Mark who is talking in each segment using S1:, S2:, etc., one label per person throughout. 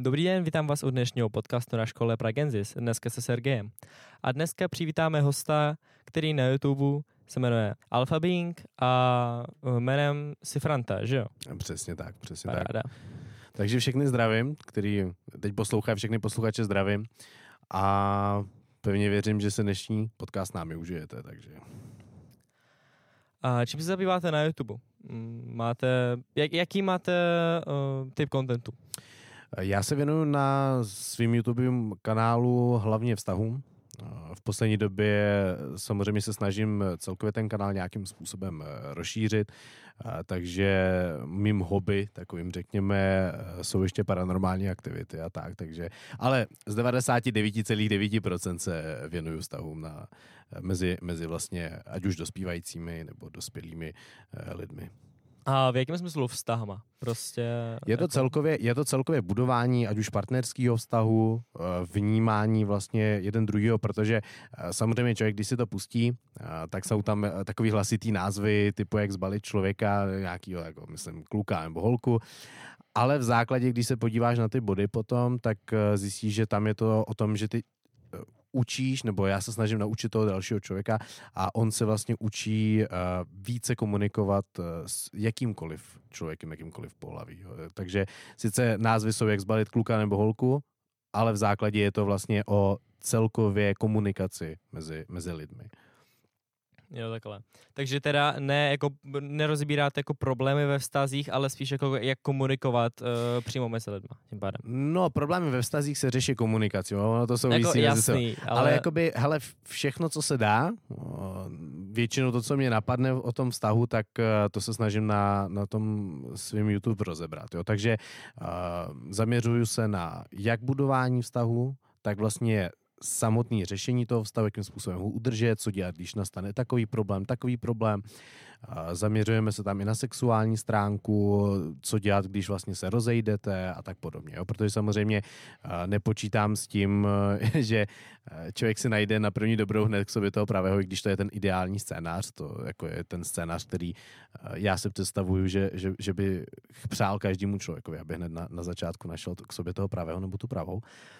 S1: Dobrý den, vítám vás u dnešního podcastu na škole Pragenzis, dneska se Sergejem. A dneska přivítáme hosta, který na YouTube se jmenuje Alpha Being a jménem Sifranta, že jo?
S2: Přesně tak.
S1: Paráda.
S2: Takže všechny zdravím, který teď poslouchají, všechny posluchače zdravím a pevně věřím, že se dnešní podcast námi užijete, takže...
S1: A čím se zabýváte na YouTube? Jaký máte typ contentu?
S2: Já se věnuju na svým YouTubeovém kanálu hlavně vztahům. V poslední době samozřejmě se snažím celkově ten kanál nějakým způsobem rozšířit, takže mým hobby, takovým řekněme, jsou ještě paranormální aktivity a tak, takže, ale z 99,9% se věnuju vztahům mezi vlastně ať už dospívajícími nebo dospělými lidmi.
S1: A v jakém smyslu vztahama? Prostě...
S2: Je to celkově budování ať už partnerského vztahu, vnímání vlastně jeden druhýho, protože samozřejmě člověk, když si to pustí, tak jsou tam takový hlasitý názvy typu jak zbalit člověka, nějakýho, jako myslím, kluka nebo holku, ale v základě, když se podíváš na ty body potom, tak zjistíš, že tam je to o tom, že ty učíš, nebo já se snažím naučit toho dalšího člověka a on se vlastně učí více komunikovat s jakýmkoliv člověkem, jakýmkoliv pohlaví. Takže sice názvy jsou jak zbalit kluka nebo holku, ale v základě je to vlastně o celkově komunikaci mezi lidmi.
S1: Jo, takhle. Takže teda nerozbíráte jako problémy ve vztazích, ale spíš jako jak komunikovat přímo mezi lidma, tím pádem.
S2: No, problémy ve vztazích se řeší komunikací, no, to souvisí
S1: jako jasný,
S2: ale jakoby, hele, všechno, co se dá, většinou to, co mě napadne o tom vztahu, tak to se snažím na tom svým YouTube rozebrat, jo. Takže zaměřuju se na jak budování vztahu, tak vlastně samotné řešení toho vztahu, jakým způsobem ho udržet, co dělat, když nastane takový problém. Zaměřujeme se tam i na sexuální stránku, co dělat, když vlastně se rozejdete a tak podobně. Jo? Protože samozřejmě nepočítám s tím, že člověk si najde na první dobrou hned k sobě toho pravého, i když to je ten ideální scénář, to jako je ten scénář, který já si představuju, že by přál každému člověkovi, aby hned na začátku našel k sobě toho pravého nebo tu pravou.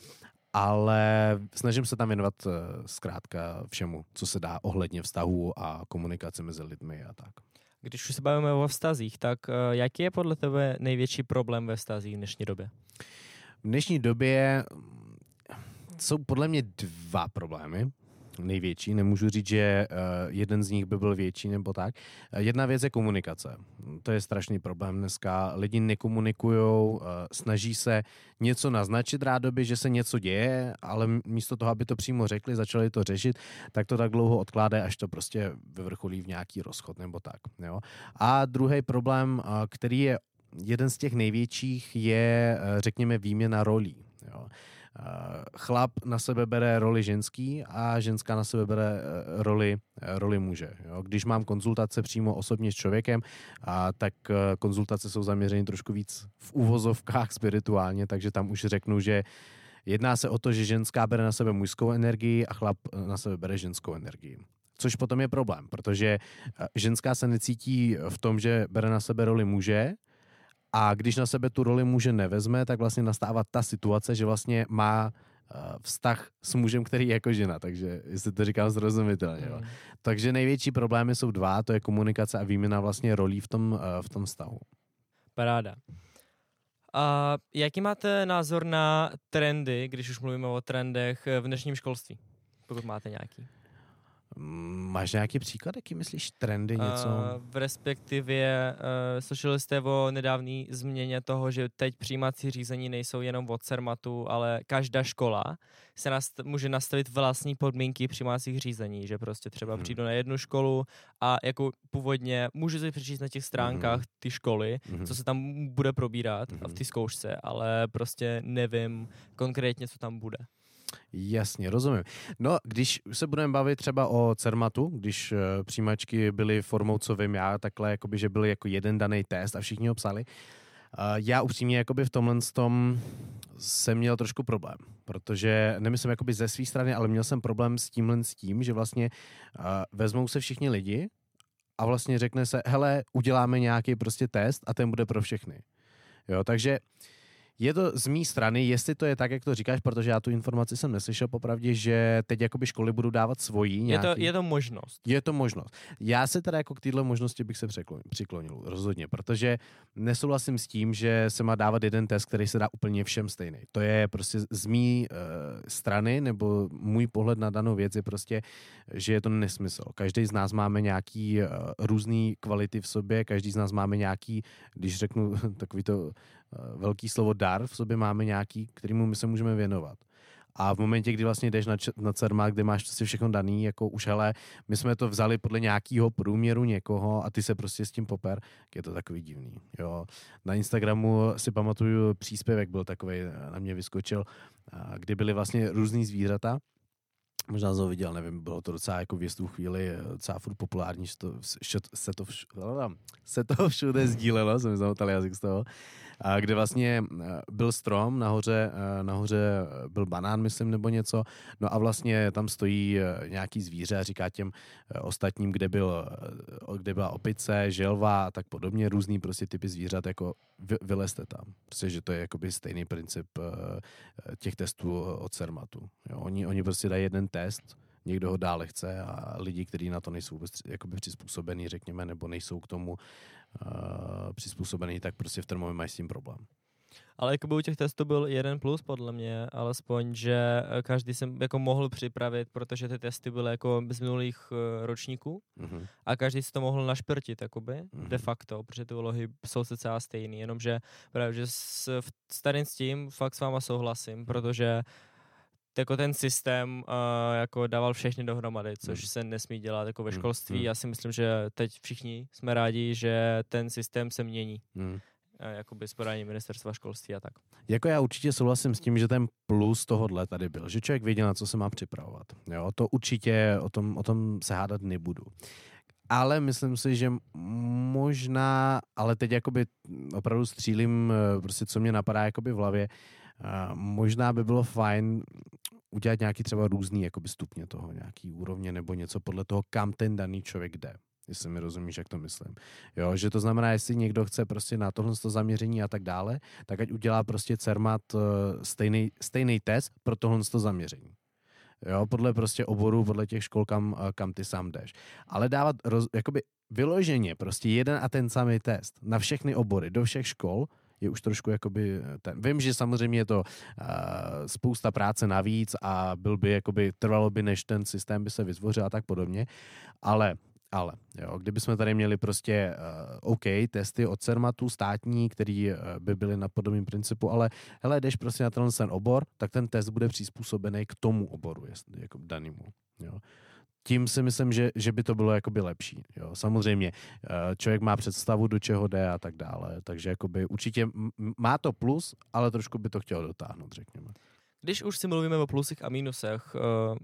S2: Ale snažím se tam věnovat zkrátka všemu, co se dá ohledně vztahů a komunikace mezi lidmi a tak.
S1: Když už se bavíme o vztazích, tak jaký je podle tebe největší problém ve vztazích v dnešní době?
S2: V dnešní době jsou podle mě dva problémy. Největší, nemůžu říct, že jeden z nich by byl větší nebo tak. Jedna věc je komunikace. To je strašný problém dneska. Lidi nekomunikujou, snaží se něco naznačit rádoby, že se něco děje, ale místo toho, aby to přímo řekli, začali to řešit, tak to tak dlouho odkládají, až to prostě vyvrcholí v nějaký rozchod nebo tak. Jo? A druhý problém, který je jeden z těch největších, je, řekněme, výměna rolí. Jo? Chlap na sebe bere roli ženský a ženská na sebe bere roli muže. Jo? Když mám konzultace přímo osobně s člověkem, tak konzultace jsou zaměřeny trošku víc v uvozovkách spirituálně, takže tam už řeknu, že jedná se o to, že ženská bere na sebe mužskou energii a chlap na sebe bere ženskou energii. Což potom je problém, protože ženská se necítí v tom, že bere na sebe roli muže, a když na sebe tu roli muže nevezme, tak vlastně nastává ta situace, že vlastně má vztah s mužem, který je jako žena, takže jestli to říkám srozumitelně. Jo. Takže největší problémy jsou dva, to je komunikace a výměna vlastně rolí v tom vztahu.
S1: Paráda. A jaký máte názor na trendy, když už mluvíme o trendech v dnešním školství? Pokud máte nějaký.
S2: Máš nějaký příklad, jaký myslíš trendy, něco?
S1: V respektive slyšeli jste o nedávné změně toho, že teď přijímací řízení nejsou jenom od Cermatu, ale každá škola se může nastavit vlastní podmínky přijímacích řízení, že prostě třeba přijdu na jednu školu a jako původně můžu si přečíst na těch stránkách ty školy, co se tam bude probírat v té zkoušce, ale prostě nevím konkrétně, co tam bude.
S2: Jasně, rozumím. No, když se budeme bavit třeba o Cermatu, když přijímačky byly formou, co vím já, takhle, jakoby, že byl jako jeden daný test a všichni ho psali, já upřímně jakoby v tomhle tom jsem měl trošku problém, protože nemyslím jakoby ze své strany, ale měl jsem problém s tím, že vlastně vezmou se všichni lidi a vlastně řekne se, hele, uděláme nějaký prostě test a ten bude pro všechny. Jo, takže Je to z mé strany, jestli to je tak, jak to říkáš, protože já tu informaci jsem neslyšel popravdě, že teď jakoby školy budou dávat svoji nějaký...
S1: Je to možnost.
S2: Je to možnost. Já se teda jako k téhle možnosti bych se přiklonil rozhodně, protože nesouhlasím s tím, že se má dávat jeden test, který se dá úplně všem stejný. To je prostě z mé strany, nebo můj pohled na danou věc je prostě, že je to nesmysl. Každý z nás máme nějaký různý kvality v sobě, každý z nás máme nějaký, když řeknu takový to velký slovo dar, v sobě máme nějaký, kterému my se můžeme věnovat. A v momentě, kdy vlastně jdeš na Cermat, kde máš si všechno daný, jako už hele, my jsme to vzali podle nějakého průměru někoho a ty se prostě s tím poper, je to takový divný. Jo. Na Instagramu si pamatuju příspěvek, byl takovej, na mě vyskočil, kdy byly vlastně různý zvířata. Možná jsem ho viděl, nevím, bylo to docela jako v jistou chvíli docela furt populární, že se to všude sdílelo, jsem zamotal jazyk z toho, kde vlastně byl strom, nahoře byl banán, myslím, nebo něco, no a vlastně tam stojí nějaký zvíře a říká těm ostatním, kde byla opice, želva a tak podobně, různý prostě typy zvířat, jako vylezte tam. Prostě, že to je jakoby stejný princip těch testů od Cermatu. Jo, oni prostě dají jeden test, někdo ho dále chce a lidi, kteří na to nejsou vůbec jakoby přizpůsobení, řekněme, nebo nejsou k tomu přizpůsobení, tak prostě v termově mají s tím problém.
S1: Ale jakoby u těch testů byl jeden plus podle mě, alespoň, že každý jsem jako mohl připravit, protože ty testy byly jako z minulých ročníků a každý si to mohl našprtit, jakoby, de facto, protože ty úlohy jsou docela stejný, jenomže právě, že s tím fakt s váma souhlasím, protože jako ten systém jako dával všechny dohromady, což se nesmí dělat jako ve školství. Já si myslím, že teď všichni jsme rádi, že ten systém se mění. Jakoby s podáním ministerstva školství a tak.
S2: Jako já určitě souhlasím s tím, že ten plus tohodle tady byl, že člověk věděl, na co se má připravovat. Jo, to určitě, o tom se hádat nebudu. Ale myslím si, že možná, ale teď jakoby opravdu střílím, prostě co mě napadá jakoby v hlavě, možná by bylo fajn udělat nějaký třeba různý jakoby stupně toho, nějaký úrovně nebo něco podle toho, kam ten daný člověk jde. Jestli mi rozumíš, jak to myslím. Jo, že to znamená, jestli někdo chce prostě na tohle zaměření a tak dále, tak ať udělá prostě Cermat stejný test pro tohle zaměření. Jo, podle prostě oboru, podle těch škol, kam ty sám jdeš. Ale dávat jakoby vyloženě prostě jeden a ten samý test na všechny obory, do všech škol, je už trošku jakoby vím, že samozřejmě je to spousta práce navíc a trvalo by, než ten systém by se vytvořil a tak podobně, ale jo, kdybychom tady měli prostě OK, testy od Cermatu státní, který by byly na podobném principu, ale hele, jdeš prostě na ten obor, tak ten test bude přizpůsobený k tomu oboru, jako danému. Jo. Tím si myslím, že by to bylo jakoby lepší. Jo. Samozřejmě člověk má představu, do čeho jde a tak dále, takže jakoby určitě má to plus, ale trošku by to chtělo dotáhnout, řekněme.
S1: Když už si mluvíme o plusech a mínusech,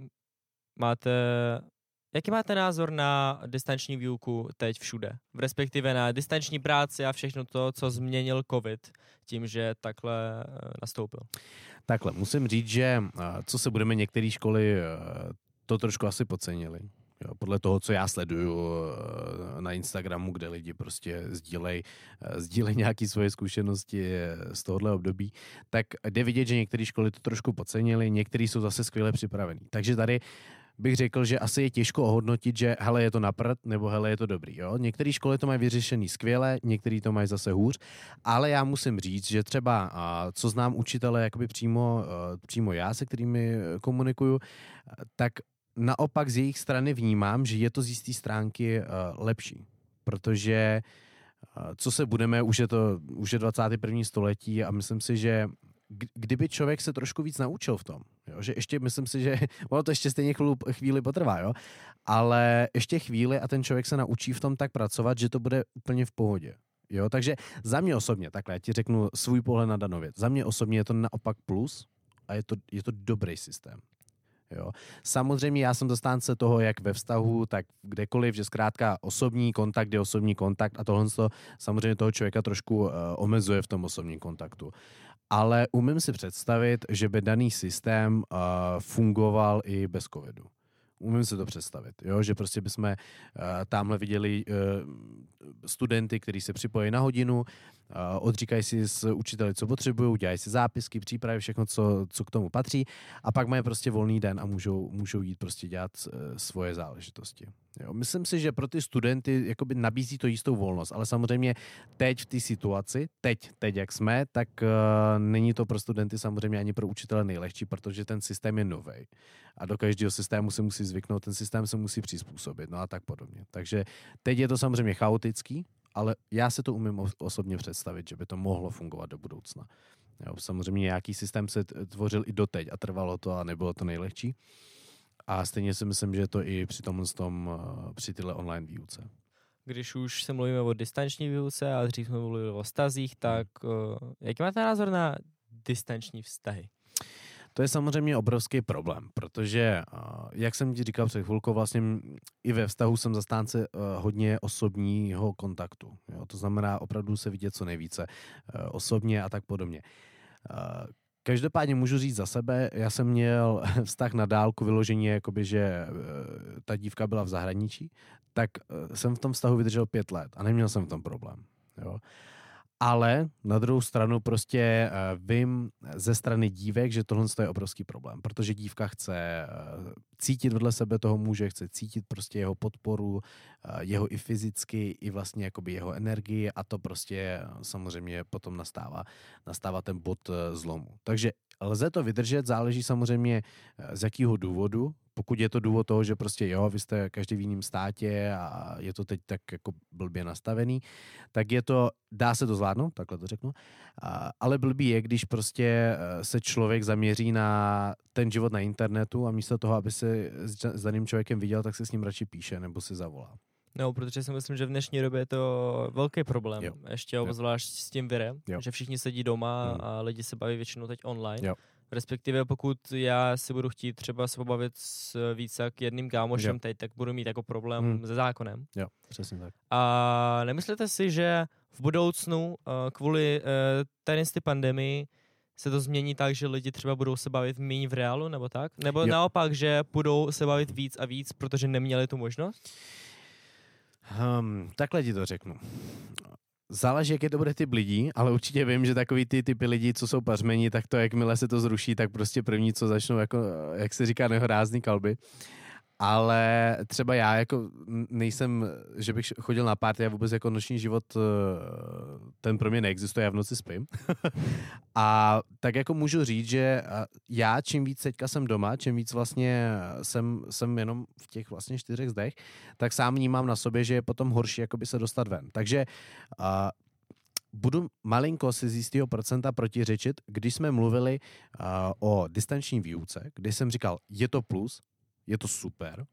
S1: jaký máte názor na distanční výuku teď všude? Respektive na distanční práci a všechno to, co změnil COVID tím, že takhle nastoupil?
S2: Takhle, musím říct, že co se budeme, některé školy to trošku asi podcenili. Jo, podle toho, co já sleduju na Instagramu, kde lidi prostě sdílejí nějaké svoje zkušenosti z tohohle období, tak jde vidět, že některé školy to trošku podcenili, některé jsou zase skvěle připravený. Takže tady bych řekl, že asi je těžko ohodnotit, že hele, je to na prd, nebo hele, je to dobrý. Jo? Některé školy to mají vyřešený skvěle, některé to mají zase hůř, ale já musím říct, že třeba, co znám učitele jakoby přímo já, se kterými komunikuju, tak naopak z jejich strany vnímám, že je to z jisté stránky lepší, protože co se budeme, už je 21. století a myslím si, že kdyby člověk se trošku víc naučil v tom, jo, že ještě myslím si, že ono to ještě stejně chvíli potrvá, jo, ale ještě chvíli a ten člověk se naučí v tom tak pracovat, že to bude úplně v pohodě. Jo, takže za mě osobně, takhle, já ti řeknu svůj pohled na danou věc, za mě osobně je to naopak plus a je to dobrý systém. Jo. Samozřejmě já jsem zastánce toho, jak ve vztahu, tak kdekoliv, že zkrátka osobní kontakt je osobní kontakt a tohle samozřejmě toho člověka trošku omezuje v tom osobním kontaktu. Ale umím si představit, že by daný systém fungoval i bez covidu. Umím si to představit, jo? Že prostě bychom tamhle viděli studenty, kteří se připojí na hodinu, odříkají si s učiteli, co potřebují, dělají si zápisky, přípravy, všechno, co k tomu patří a pak mají prostě volný den a můžou jít prostě dělat svoje záležitosti. Jo? Myslím si, že pro ty studenty jakoby nabízí to jistou volnost, ale samozřejmě teď v té situaci, teď jak jsme, tak není to pro studenty samozřejmě ani pro učitele nejlehčí, protože ten systém je novej a do každého systému se musí zvyknout, ten systém se musí přizpůsobit, no a tak podobně. Takže teď je to samozřejmě chaotický, ale já se to umím osobně představit, že by to mohlo fungovat do budoucna. Jo, samozřejmě nějaký systém se tvořil i doteď a trvalo to a nebylo to nejlehčí. A stejně si myslím, že je to i při tyhle online výuce.
S1: Když už se mluvíme o distanční výuce a dřív jsme mluvili o vztazích, tak jaký máte názor na distanční vztahy?
S2: To je samozřejmě obrovský problém, protože, jak jsem ti říkal před chvilkou, vlastně i ve vztahu jsem zastánce hodně osobního kontaktu. Jo? To znamená opravdu se vidět co nejvíce osobně a tak podobně. Každopádně můžu říct za sebe, já jsem měl vztah na dálku vyloženě, jakoby, že ta dívka byla v zahraničí, tak jsem v tom vztahu vydržel 5 let a neměl jsem v tom problém. Jo? Ale na druhou stranu prostě vím ze strany dívek, že tohle je obrovský problém, protože dívka chce cítit vedle sebe toho muže, chce cítit prostě jeho podporu, jeho i fyzicky, i vlastně jakoby jeho energii a to prostě samozřejmě potom nastává ten bod zlomu. Takže lze to vydržet, záleží samozřejmě z jakého důvodu. Pokud je to důvod toho, že prostě jo, vy jste každý v jiném státě a je to teď tak jako blbě nastavený, tak dá se to zvládnout, takhle to řeknu, ale blbý je, když prostě se člověk zaměří na ten život na internetu a místo toho, aby se s daným člověkem viděl, tak se s ním radši píše nebo si zavolá.
S1: No, protože si myslím, že v dnešní době je to velký problém.
S2: Jo.
S1: Ještě obzvlášť s tím virem, že všichni sedí doma a lidi se baví většinou teď online.
S2: Jo.
S1: Respektive pokud já si budu chtít třeba se pobavit s víc jak jedným kámošem teď, tak budu mít jako problém se zákonem.
S2: Jo, přesně tak.
S1: A nemyslíte si, že v budoucnu kvůli té pandemii se to změní tak, že lidi třeba budou se bavit méně v reálu, nebo tak? Nebo naopak, že budou se bavit víc a víc, protože neměli tu možnost?
S2: Takhle ti to řeknu. Záleží, jak je to bude typ lidí, ale určitě vím, že takový ty typy lidí, co jsou pařmeni, tak to, jakmile se to zruší, tak prostě první, co začnou, jako, jak se říká, nehorázný kalby. Ale třeba já jako nejsem, že bych chodil na party, já vůbec jako noční život, ten pro mě neexistuje, já v noci spím. A tak jako můžu říct, že já čím víc teďka jsem doma, čím víc vlastně jsem jenom v těch vlastně 4 zdech, tak sám vnímám na sobě, že je potom horší jakoby se dostat ven. Takže budu malinko si z jistého procenta protiřečit, když jsme mluvili o distanční výuce, kdy jsem říkal, je to plus, je to super,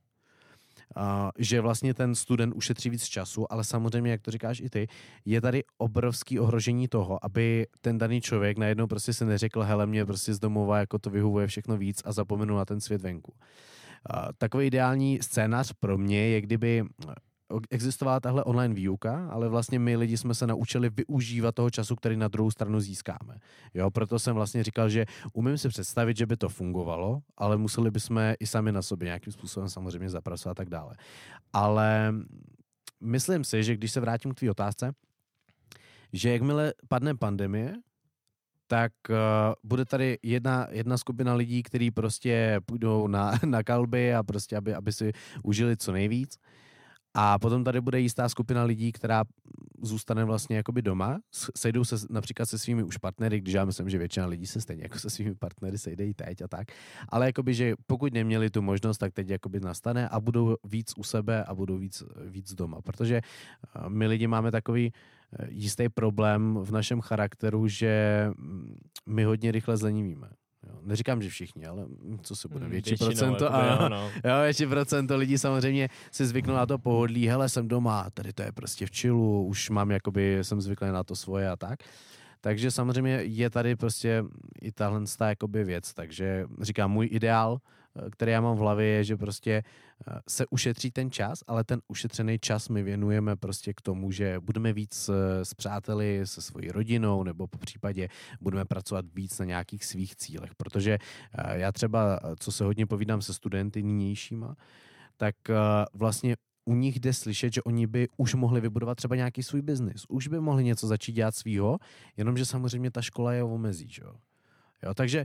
S2: že vlastně ten student ušetří víc času, ale samozřejmě, jak to říkáš i ty, je tady obrovský ohrožení toho, aby ten daný člověk najednou prostě se neřekl, hele, mě prostě z domova jako to vyhovuje všechno víc a zapomenu na ten svět venku. Takový ideální scénář pro mě je, kdyby existovala tahle online výuka, ale vlastně my lidi jsme se naučili využívat toho času, který na druhou stranu získáme. Jo, proto jsem vlastně říkal, že umím si představit, že by to fungovalo, ale museli bychom i sami na sobě nějakým způsobem samozřejmě zapracovat a tak dále. Ale myslím si, že když se vrátím k tvý otázce, že jakmile padne pandemie, tak bude tady jedna skupina lidí, kteří prostě půjdou na kalby a prostě, aby si užili co nejvíc. A potom tady bude jistá skupina lidí, která zůstane vlastně jakoby doma, sejdou se například se svými už partnery, když já myslím, že většina lidí se stejně jako se svými partnery sejde i teď a tak, ale jakoby, že pokud neměli tu možnost, tak teď jakoby nastane a budou víc u sebe a budou víc doma, protože my lidi máme takový jistý problém v našem charakteru, že my hodně rychle zlenivíme. Jo, neříkám, že všichni, ale co se bude, větší procento, větší procento lidí samozřejmě si zvyknou na to pohodlí, hele, jsem doma, tady to je prostě v chillu, už mám jakoby, jsem zvyklý na to svoje a tak. Takže samozřejmě je tady prostě i tahle jakoby věc, takže říkám, můj ideál který já mám v hlavě, je, že prostě se ušetří ten čas, ale ten ušetřený čas my věnujeme prostě k tomu, že budeme víc s přáteli, se svojí rodinou, nebo po případě budeme pracovat víc na nějakých svých cílech, protože já třeba, co se hodně povídám se studenty nynějšíma, tak vlastně u nich jde slyšet, že oni by už mohli vybudovat třeba nějaký svůj biznis, už by mohli něco začít dělat svýho, jenomže samozřejmě ta škola je omezí, že jo. Takže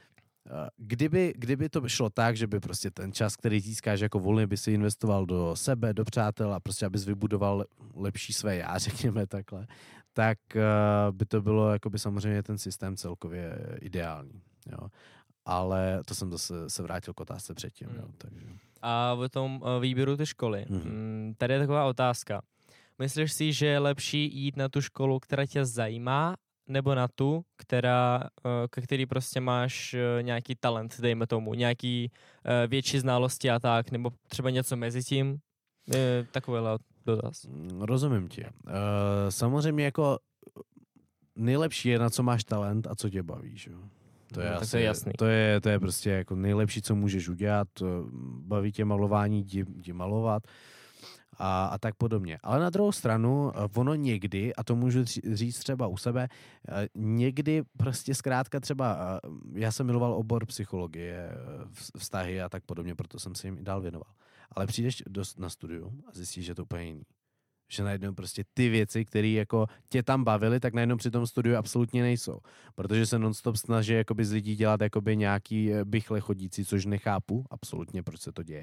S2: kdyby to šlo tak, že by prostě ten čas, který získáš jako volný, by si investoval do sebe, do přátel a prostě abys vybudoval lepší své já, řekněme takhle, tak by to bylo jakoby samozřejmě ten systém celkově ideální, jo. Ale to jsem zase se vrátil k otázce předtím, jo, takže.
S1: A v tom výběru té školy. Tady je taková otázka. Myslíš si, že je lepší jít na tu školu, která tě zajímá, nebo na tu, ke který prostě máš nějaký talent, dejme tomu, nějaký větší znalosti a tak, nebo třeba něco mezi tím? Takovýhle dotaz.
S2: Rozumím ti. Samozřejmě jako nejlepší je, na co máš talent a co tě baví, že? To je,
S1: tak to je jasný.
S2: To je prostě jako nejlepší, co můžeš udělat. Baví tě malování, jdi malovat a tak podobně. Ale na druhou stranu, ono někdy, a to můžu říct třeba u sebe, někdy prostě zkrátka třeba, já jsem miloval obor psychologie, vztahy a tak podobně, proto jsem se jim i dál věnoval. Ale přijdeš na studium a zjistíš, že to úplně jiný. Že najednou prostě ty věci, které jako tě tam bavily, tak najednou při tom studiu absolutně nejsou. Protože se non-stop snaží jakoby z lidí dělat jakoby nějaký bychle chodící, což nechápu absolutně, proč se to děje.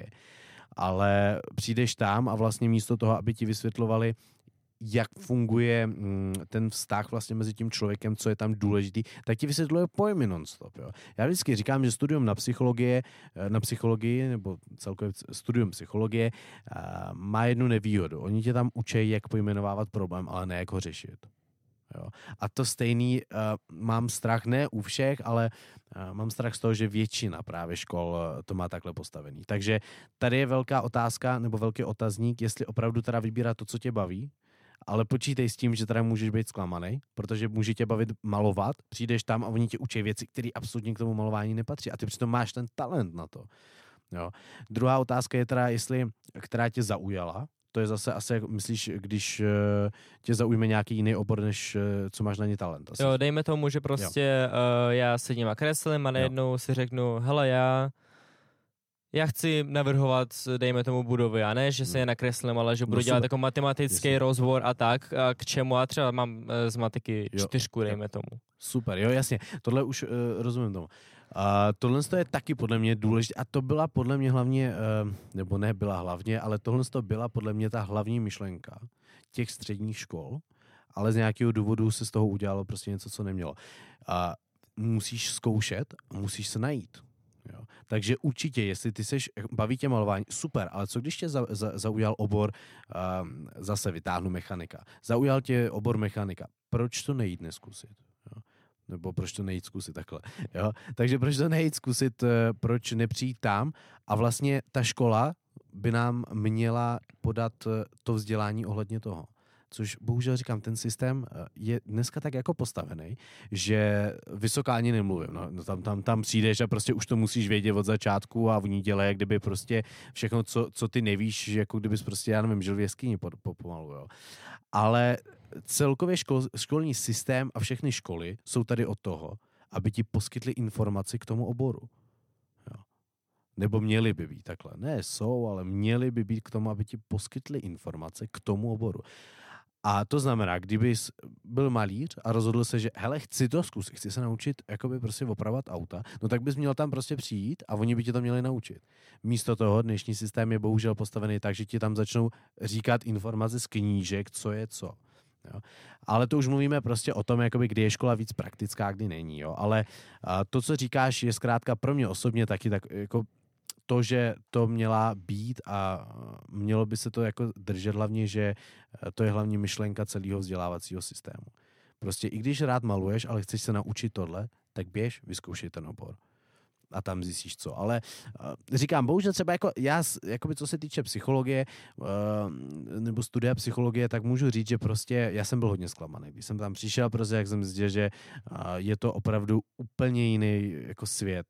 S2: Ale přijdeš tam a vlastně místo toho, aby ti vysvětlovali, jak funguje ten vztah vlastně mezi tím člověkem, co je tam důležitý, tak ti vysvětluje pojmy non-stop. Jo. Já vždycky říkám, že studium na psychologii nebo celkově studium psychologie má jednu nevýhodu. Oni tě tam učí, jak pojmenovávat problém, ale ne jak ho řešit. Jo. A to stejný mám strach ne u všech, ale mám strach z toho, že většina právě škol to má takhle postavený. Takže tady je velká otázka nebo velký otazník, jestli opravdu teda vybírat to, co tě baví, ale počítej s tím, že teda můžeš být zklamaný, protože může tě bavit malovat, přijdeš tam a oni tě učí věci, které absolutně k tomu malování nepatří a ty přitom máš ten talent na to. Jo. Druhá otázka je teda, která tě zaujala. To je zase asi, myslíš, když tě zaujme nějaký jiný obor, než co máš na ně talent. Asi.
S1: Jo, dejme tomu, že prostě já sedím a kreslím a najednou si řeknu, hele, já chci navrhovat, dejme tomu, budovy, a ne, že se je nakreslím, ale že budu dělat jako matematický rozbor a tak, a k čemu, a třeba mám z matiky 4, dejme tomu.
S2: Super, jo, jasně, tohle už rozumím tomu. Tohle je taky podle mě důležité a to byla podle mě hlavně, nebo ne byla hlavně, ale tohle byla podle mě ta hlavní myšlenka těch středních škol, ale z nějakého důvodu se z toho udělalo prostě něco, co nemělo. Musíš zkoušet a musíš se najít. Jo. Takže určitě, jestli ty baví tě malování, super, ale co když tě zaujal obor, zase vytáhnu mechanika, zaujal tě obor mechanika, proč to nejít neskusit? Jo. Nebo proč to nejít zkusit takhle. Jo? Takže proč to nejít zkusit, proč nepřijít tam a vlastně ta škola by nám měla podat to vzdělání ohledně toho. Což bohužel říkám, ten systém je dneska tak jako postavený, že vysoká ani nemluvím. No, tam přijdeš a prostě už to musíš vědět od začátku a oni dělají, jak kdyby prostě všechno, co ty nevíš, jako kdybys prostě, já nevím, žil v jeskyni pomalu. Jo. Ale celkově školní systém a všechny školy jsou tady od toho, aby ti poskytli informaci k tomu oboru. Jo. Nebo měli by být takhle. Ne jsou, ale měli by být k tomu, aby ti poskytli informace k tomu oboru. A to znamená, kdybys byl malíř a rozhodl se, že hele, chci to zkusit, chci se naučit jakoby prostě opravovat auta, no tak bys měl tam prostě přijít a oni by tě to měli naučit. Místo toho dnešní systém je bohužel postavený tak, že ti tam začnou říkat informace z knížek, co je co. Jo. Ale to už mluvíme prostě o tom, jakoby, kdy je škola víc praktická, kdy není. Jo. Ale to, co říkáš, je zkrátka pro mě osobně taky tak jako to, že to měla být a mělo by se to jako držet hlavně, že to je hlavní myšlenka celého vzdělávacího systému. Prostě i když rád maluješ, ale chceš se naučit tohle, tak běž, vyzkoušej ten obor. A tam zjistíš co. Ale říkám, bohužel třeba jako já, jakoby co se týče psychologie nebo studia psychologie, tak můžu říct, že prostě já jsem byl hodně zklamaný. Když jsem tam přišel, prostě jak jsem zjistil, že je to opravdu úplně jiný jako svět. Jo.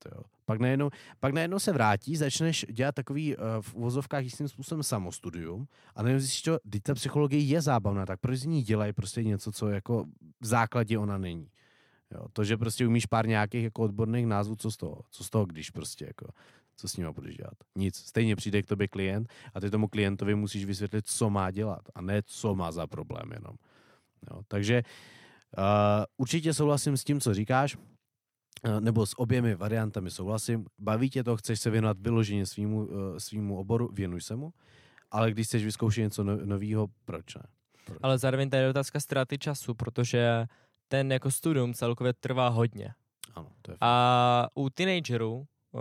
S2: Pak najednou se vrátí, začneš dělat takový v uvozovkách jistým způsobem samostudium a najednou zjistíš, že ta psychologie je zábavná, tak proč z ní dělají prostě něco, co jako v základě ona není. Jo, to, že prostě umíš pár nějakých jako odborných názvů, co z toho, když prostě jako, co s nima budeš dělat? Nic. Stejně přijde k tobě klient a ty tomu klientovi musíš vysvětlit, co má dělat a ne co má za problém jenom. Jo, takže určitě souhlasím s tím, co říkáš, nebo s oběmi variantami souhlasím. Baví tě to, chceš se věnovat vyloženě svýmu oboru, věnuj se mu, ale když chceš vyzkoušet něco nového, proč ne?
S1: Ale zároveň tady je otázka ztráty času, protože ten jako studium celkově trvá hodně.
S2: Ano, to je
S1: a u teenagerů,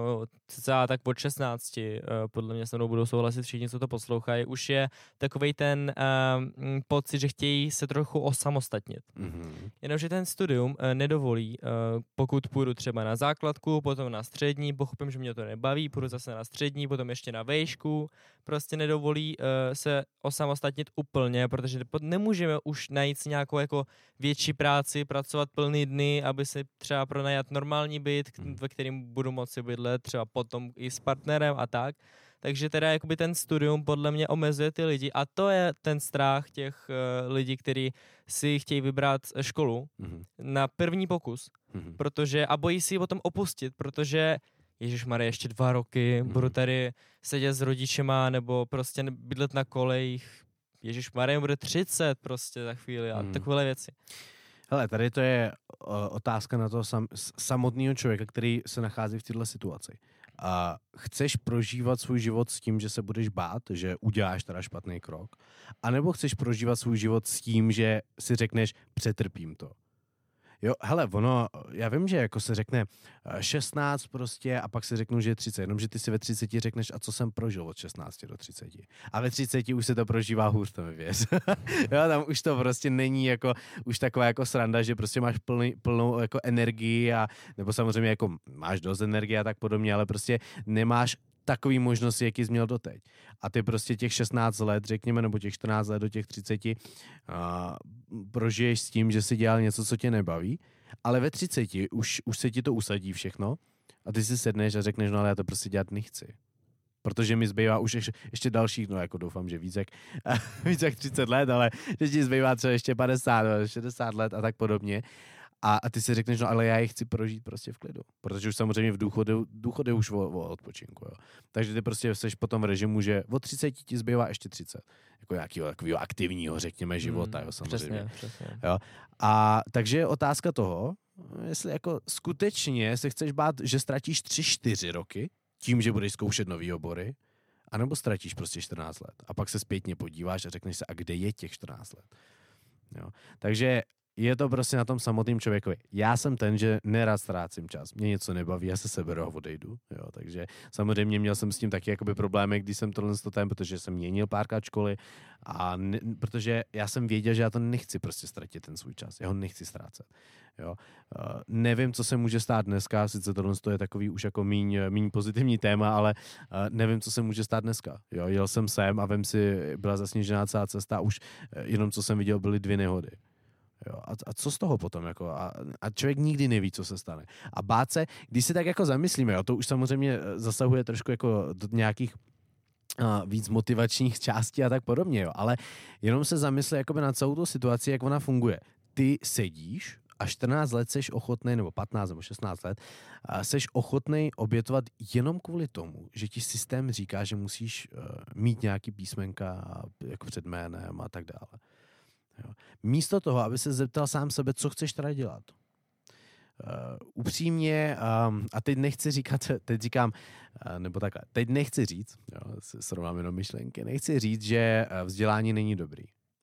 S1: cca tak od 16, podle mě se mnou budou souhlasit všichni, co to poslouchají, už je takovej ten pocit, že chtějí se trochu osamostatnit. Mm-hmm. Jenomže ten studium nedovolí, pokud půjdu třeba na základku, potom na střední, pochopím, že mě to nebaví, půjdu zase na střední, potom ještě na vejšku, prostě nedovolí se osamostatnit úplně, protože nemůžeme už najít si nějakou jako větší práci, pracovat plný dny, aby se třeba pronajat normální byt, ve kterým budu moci bydlet, třeba potom i s partnerem a tak. Takže teda jakoby ten studium podle mě omezuje ty lidi a to je ten strach těch lidí, kteří si chtějí vybrat školu na první pokus, protože a bojí si ji potom opustit, protože ježišmarja, ještě 2 roky, budu tady sedět s rodičema nebo prostě bydlet na kolejích, ježišmarja, bude 30 prostě za chvíli a takové věci.
S2: Hele, tady to je otázka na toho samotného člověka, který se nachází v této situaci. A chceš prožívat svůj život s tím, že se budeš bát, že uděláš teda špatný krok, anebo chceš prožívat svůj život s tím, že si řekneš, přetrpím to. Jo, hele, já vím, že jako se řekne 16 prostě a pak se řeknu, že je 30, jenomže ty si ve 30 řekneš, a co jsem prožil od 16 do 30. A ve 30 už se to prožívá hůř, to mi věř. Jo, tam už to prostě není jako, už taková jako sranda, že prostě máš plnou jako energii a, nebo samozřejmě jako máš dost energie a tak podobně, ale prostě nemáš takový možnosti, jaký jsi měl doteď. A ty prostě těch 16 let, řekněme, nebo těch 14 let do těch 30 prožiješ s tím, že jsi dělal něco, co tě nebaví, ale ve 30 už se ti to usadí všechno a ty si sedneš a řekneš, no ale já to prostě dělat nechci. Protože mi zbývá už ještě dalších, no jako doufám, že víc jak 30 let, ale že ti zbývá třeba ještě 50, 60 let a tak podobně. A ty si řekneš, no ale já je chci prožít prostě v klidu. Protože už samozřejmě v důchod je už o odpočinku. Jo. Takže ty prostě jsi potom v režimu, že od 30 ti zbývá ještě 30. Jako nějakého takového aktivního, řekněme, života. Jo, samozřejmě.
S1: Přesně.
S2: Jo. A takže je otázka toho, jestli jako skutečně se chceš bát, že ztratíš 3-4 roky tím, že budeš zkoušet nový obory, anebo ztratíš prostě 14 let. A pak se zpětně podíváš a řekneš se, a kde je těch 14 let. Jo. Takže je to prostě na tom samotným člověkovi. Já jsem ten, že nerad ztrácím čas. Mě něco nebaví, já se seberu a odejdu. Jo, takže samozřejmě měl jsem s tím taky jakoby problémy, když jsem tohle stotem, protože jsem měnil párkrát školy a protože já jsem věděl, že já to nechci prostě ztratit ten svůj čas. Já ho nechci ztrácet. Jo. Nevím, co se může stát dneska, sice tohle je takový už jako míň pozitivní téma, ale nevím, co se může stát dneska. Jo, jel jsem sem a vem si, byla zasněžená celá cesta, už jenom co jsem viděl, byly 2 nehody. Jo, a co z toho potom? Jako, a člověk nikdy neví, co se stane. A bát se, když si tak jako zamyslíme, jo, to už samozřejmě zasahuje trošku jako do nějakých víc motivačních částí a tak podobně, jo, ale jenom se zamysli jakoby na celou tu situaci, jak ona funguje. Ty sedíš a 14 let seš ochotnej, nebo 15 nebo 16 let, seš ochotnej obětovat jenom kvůli tomu, že ti systém říká, že musíš mít nějaký písmenka jako před jménem a tak dále. Jo. Místo toho, aby se zeptal sám sebe, co chceš teda dělat. Upřímně, a teď nechci říkat, teď říkám, nebo takhle, teď nechci říct, jo, srovnám jenom myšlenky, nechci říct, že vzdělání není dobrý.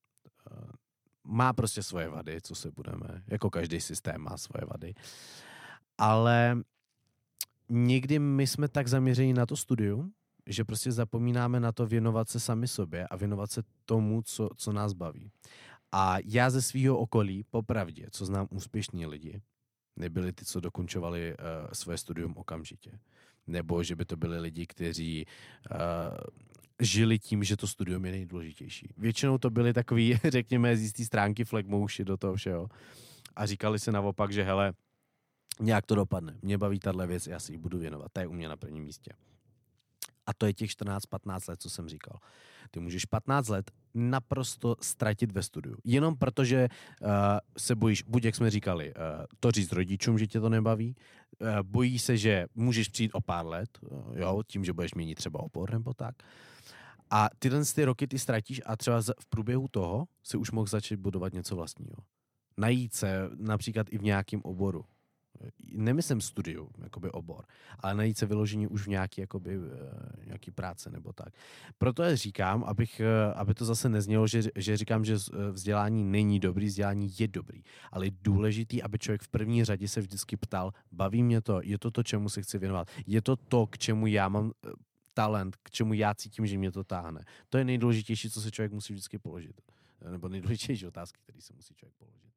S2: Má prostě svoje vady, co se budeme, jako každý systém má svoje vady, ale někdy my jsme tak zaměření na to studium, že prostě zapomínáme na to věnovat se sami sobě a věnovat se tomu, co nás baví. A já ze svého okolí, popravdě, co znám úspěšní lidi, nebyli ty, co dokončovali svoje studium okamžitě. Nebo že by to byli lidi, kteří žili tím, že to studium je nejdůležitější. Většinou to byli takový, řekněme, z jistý stránky flagmouši do toho všeho. A říkali si naopak, že hele, nějak to dopadne. Mě baví tahle věc, já si ji budu věnovat. Ta je u mě na prvním místě. A to je těch 14-15 let, co jsem říkal. Ty můžeš 15 let naprosto ztratit ve studiu. Jenom protože se bojíš, buď jak jsme říkali, to říct rodičům, že tě to nebaví, bojí se, že můžeš přijít o pár let, jo, tím, že budeš měnit třeba obor nebo tak. A tyhle ty roky ty ztratíš a třeba v průběhu toho si už mohl začít budovat něco vlastního. Najít se například i v nějakém oboru. Nemyslím studiu, jakoby obor, ale najít se vyložení už v nějaký práce nebo tak. Proto je říkám, aby to zase neznělo, že říkám, že vzdělání není dobrý, vzdělání je dobrý, ale je důležitý, aby člověk v první řadě se vždycky ptal, baví mě to, je to, čemu se chci věnovat, je to, k čemu já mám talent, k čemu já cítím, že mě to táhne. To je nejdůležitější, co se člověk musí vždycky položit. Nebo nejdůležitější otázky, které se musí člověk položit.